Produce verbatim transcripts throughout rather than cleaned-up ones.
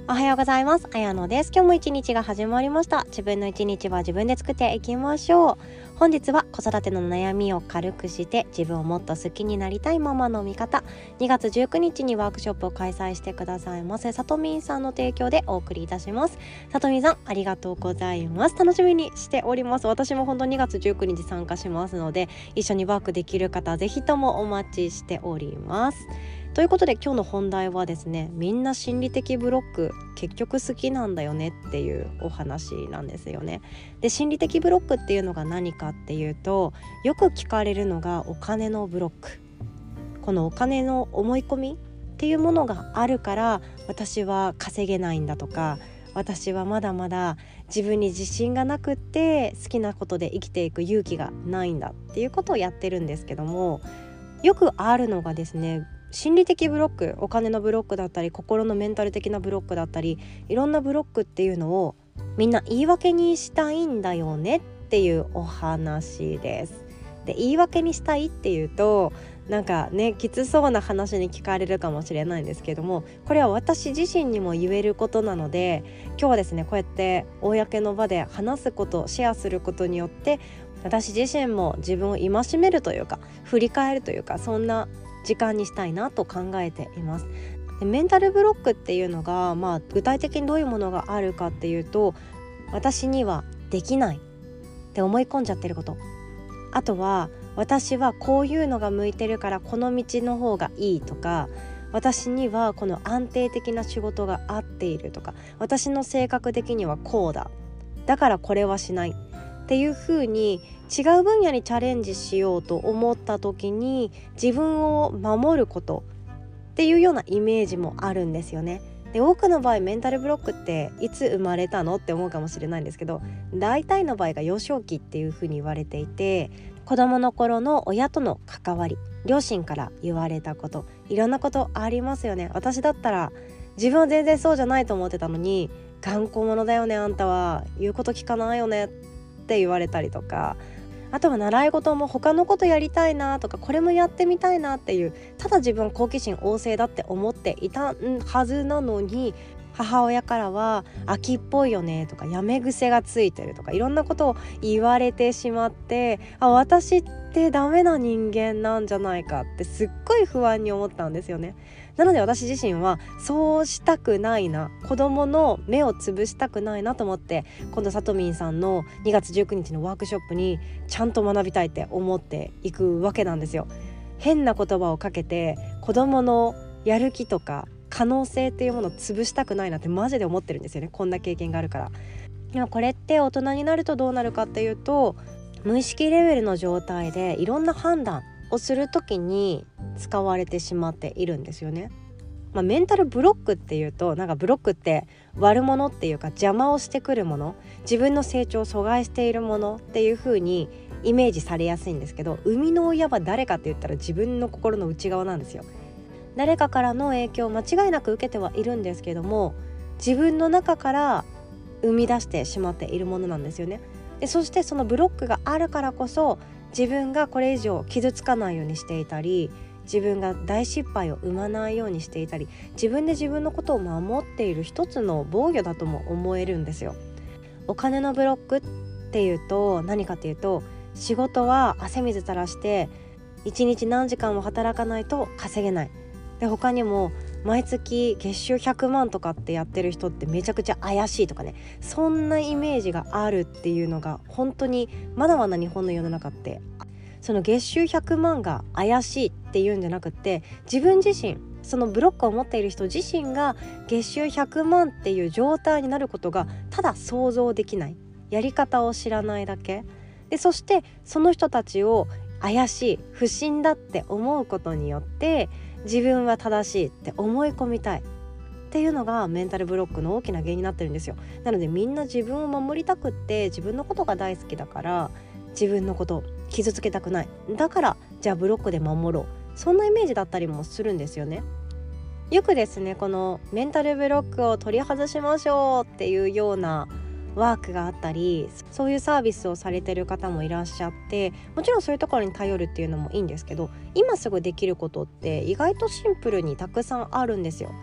おはようございます。あやのです。今日も一日が始まりました。自分の一日は自分で作っていきましょう。本日は子育ての悩みを軽くして自分をもっと好きになりたいママの味方、にがつじゅうくにちにワークショップを開催してくださいますさとみんさんの提供でお送りいたします。さとみんさん、ありがとうございます。楽しみにしております。私も本当にがつじゅうくにち参加しますので、一緒にワークできる方ぜひともお待ちしております。ということで今日の本題はですね、みんな心理的ブロック結局好きなんだよねっていうお話なんですよね。で、心理的ブロックっていうのが何かっていうと、よく聞かれるのがお金のブロック。このお金の思い込みっていうものがあるから私は稼げないんだとか、私はまだまだ自分に自信がなくって好きなことで生きていく勇気がないんだっていうことをやってるんですけども、よくあるのがですね、心理的ブロック、お金のブロックだったり心のメンタル的なブロックだったり、いろんなブロックっていうのをみんな言い訳にしたいんだよねっていうお話です。で、言い訳にしたいっていうとなんかね、きつそうな話に聞かれるかもしれないんですけども、これは私自身にも言えることなので、今日はですね、こうやって公の場で話すこと、シェアすることによって私自身も自分を戒めるというか振り返るというか、そんな時間にしたいなと考えています。で、メンタルブロックっていうのが、まあ、具体的にどういうものがあるかっていうと、私にはできないって思い込んじゃってること、あとは私はこういうのが向いてるからこの道の方がいいとか、私にはこの安定的な仕事が合っているとか、私の性格的にはこうだ、だからこれはしないっていう風に違う分野にチャレンジしようと思った時に自分を守ることっていうようなイメージもあるんですよね。で、多くの場合メンタルブロックっていつ生まれたのって思うかもしれないんですけど、大体の場合が幼少期っていう風に言われていて、子供の頃の親との関わり、両親から言われたこと、いろんなことありますよね。私だったら自分は全然そうじゃないと思ってたのに、頑固者だよねあんたは、言うこと聞かないよねって言われたりとか、あとは習い事も他のことやりたいなとか、これもやってみたいなっていう、ただ自分好奇心旺盛だって思っていたはずなのに、母親からは秋っぽいよねとか、やめ癖がついてるとか、いろんなことを言われてしまって、あ、私ってダメな人間なんじゃないかってすっごい不安に思ったんですよね。なので私自身はそうしたくないな、子供の目をつぶしたくないなと思って、今度さとみんさんのにがつじゅうくにちのワークショップにちゃんと学びたいって思っていくわけなんですよ。変な言葉をかけて子供のやる気とか可能性っていうものを潰したくないなってマジで思ってるんですよね。こんな経験があるから。でもこれって大人になるとどうなるかっていうと、無意識レベルの状態でいろんな判断をするときに使われてしまっているんですよね。まあ、メンタルブロックっていうと、なんかブロックって悪者っていうか邪魔をしてくるもの、自分の成長を阻害しているものっていう風にイメージされやすいんですけど、生みの親は誰かって言ったら自分の心の内側なんですよ。誰かからの影響を間違いなく受けてはいるんですけども、自分の中から生み出してしまっているものなんですよね。で、そしてそのブロックがあるからこそ自分がこれ以上傷つかないようにしていたり、自分が大失敗を生まないようにしていたり、自分で自分のことを守っている一つの防御だとも思えるんですよ。お金のブロックっていうと何かっていうと、仕事は汗水垂らしていちにち何時間も働かないと稼げない。で、他にも毎月月収ひゃくまんとかってやってる人ってめちゃくちゃ怪しいとかね、そんなイメージがあるっていうのが本当にまだまだ日本の世の中って、その月収ひゃくまんが怪しいっていうんじゃなくって、自分自身、そのブロックを持っている人自身が月収ひゃくまんっていう状態になることがただ想像できない、やり方を知らないだけで、そしてその人たちを怪しい、不審だって思うことによって自分は正しいって思い込みたいっていうのがメンタルブロックの大きな原因になってるんですよ。なのでみんな自分を守りたくって、自分のことが大好きだから自分のこと傷つけたくない、だからじゃあブロックで守ろう、そんなイメージだったりもするんですよね。よくですね、このメンタルブロックを取り外しましょうっていうようなワークがあったり、そういうサービスをされてる方もいらっしゃって、もちろんそういうところに頼るっていうのもいいんですけど、今すぐできることって意外とシンプルにたくさんあるんですよ。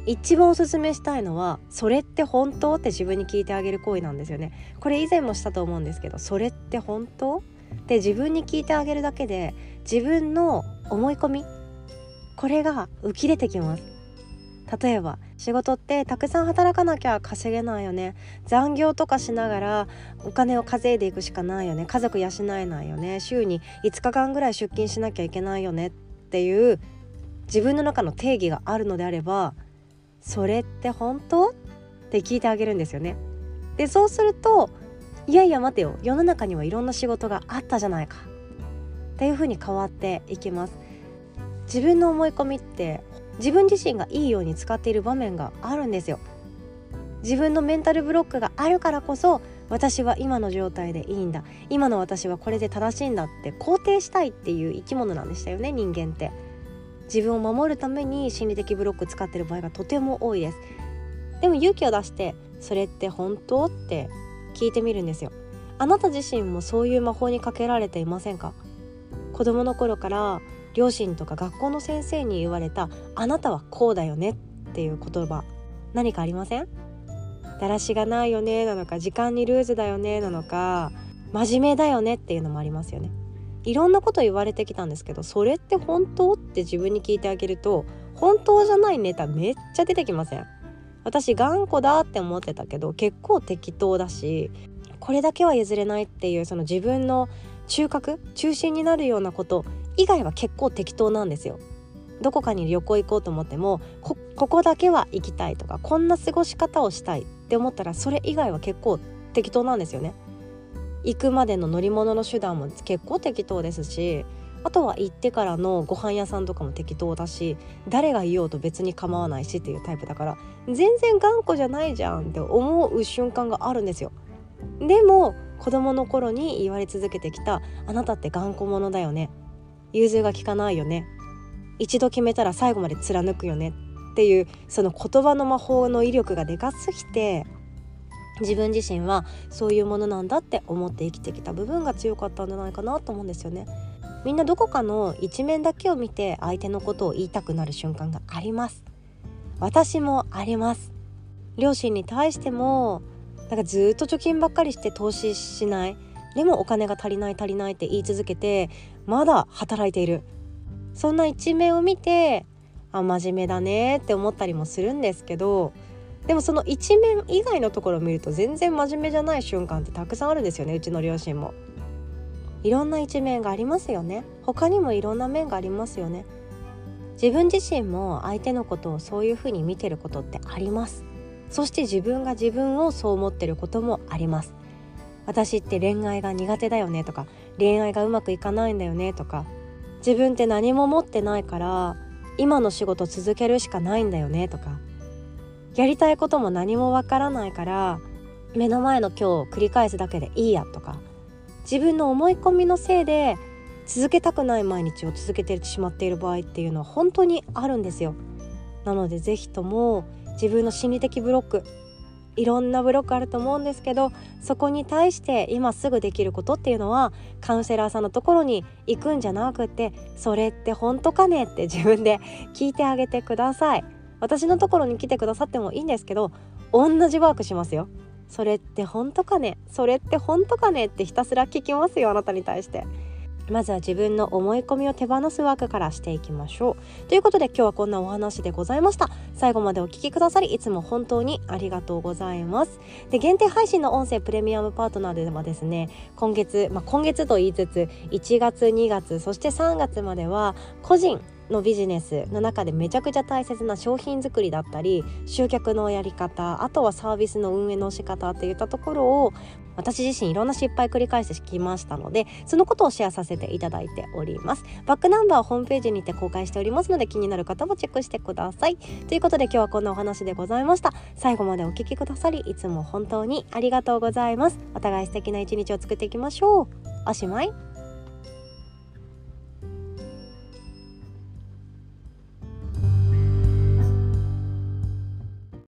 一番おすすめしたいのは、それって本当って自分に聞いてあげる行為なんですよね。これ以前もしたと思うんですけど、それって本当って自分に聞いてあげるだけで、自分の思い込み、これが浮き出てきます。例えば仕事ってたくさん働かなきゃ稼げないよね、残業とかしながらお金を稼いでいくしかないよね、家族養えないよね、週にいつかかんぐらい出勤しなきゃいけないよねっていう自分の中の定義があるのであれば、それって本当って聞いてあげるんですよね。でそうすると、いやいや待てよ、世の中にはいろんな仕事があったじゃないかっていう風に変わっていきます。自分の思い込みって自分自身がいいように使っている場面があるんですよ。自分のメンタルブロックがあるからこそ、私は今の状態でいいんだ、今の私はこれで正しいんだって肯定したいっていう生き物なんでしたよね、人間って。自分を守るために心理的ブロック使ってる場合がとても多いです。でも勇気を出して、それって本当って聞いてみるんですよ。あなた自身もそういう魔法にかけられていませんか？子供の頃から両親とか学校の先生に言われた、あなたはこうだよねっていう言葉、何かありません？だらしがないよねなのか、時間にルーズだよねなのか、真面目だよねっていうのもありますよね。いろんなこと言われてきたんですけど、それって本当って自分に聞いてあげると、本当じゃないネタめっちゃ出てきません？私頑固だって思ってたけど、結構適当だし、これだけは譲れないっていう、その自分の中核中心になるようなこと以外は結構適当なんですよ。どこかに旅行行こうと思っても こ, ここだけは行きたいとか、こんな過ごし方をしたいって思ったら、それ以外は結構適当なんですよね。行くまでの乗り物の手段も結構適当ですし、あとは行ってからのご飯屋さんとかも適当だし、誰がいようと別に構わないしっていうタイプだから、全然頑固じゃないじゃんって思う瞬間があるんですよ。でも子供の頃に言われ続けてきた、あなたって頑固者だよね、融通が利かないよね、一度決めたら最後まで貫くよねっていう、その言葉の魔法の威力がでかすぎて、自分自身はそういうものなんだって思って生きてきた部分が強かったんじゃないかなと思うんですよね。みんなどこかの一面だけを見て相手のことを言いたくなる瞬間があります。私もあります。両親に対しても、なんかずっと貯金ばっかりして投資しない、でもお金が足りない足りないって言い続けてまだ働いている、そんな一面を見て、あ、真面目だねって思ったりもするんですけど、でもその一面以外のところを見ると全然真面目じゃない瞬間ってたくさんあるんですよね。うちの両親もいろんな一面がありますよね。他にもいろんな面がありますよね。自分自身も相手のことをそういうふうに見てることってあります。そして自分が自分をそう思ってることもあります。私って恋愛が苦手だよねとか、恋愛がうまくいかないんだよねとか、自分って何も持ってないから今の仕事続けるしかないんだよねとか、やりたいことも何もわからないから目の前の今日を繰り返すだけでいいやとか、自分の思い込みのせいで続けたくない毎日を続けてしまっている場合っていうのは本当にあるんですよ。なのでぜひとも自分の心理的ブロック、いろんなブロックあると思うんですけど、そこに対して今すぐできることっていうのは、カウンセラーさんのところに行くんじゃなくて、それって本当かねって自分で聞いてあげてください。私のところに来てくださってもいいんですけど、同じワークしますよ。それって本当かね、それって本当かねってひたすら聞きますよ、あなたに対して。まずは自分の思い込みを手放すワークからしていきましょう。ということで今日はこんなお話でございました。最後までお聞きくださりいつも本当にありがとうございます。で、限定配信の音声プレミアムパートナーではですね、今月、まあ、今月と言いつついちがつにがつそしてさんがつまでは個人のビジネスの中でめちゃくちゃ大切な商品作りだったり、集客のやり方、あとはサービスの運営の仕方っていったところを私自身いろんな失敗繰り返してきましたので、そのことをシェアさせていただいております。バックナンバーをホームページにて公開しておりますので、気になる方もチェックしてください。ということで今日はこんなお話でございました。最後までお聞きくださりいつも本当にありがとうございます。お互い素敵な一日を作っていきましょう。おしまい。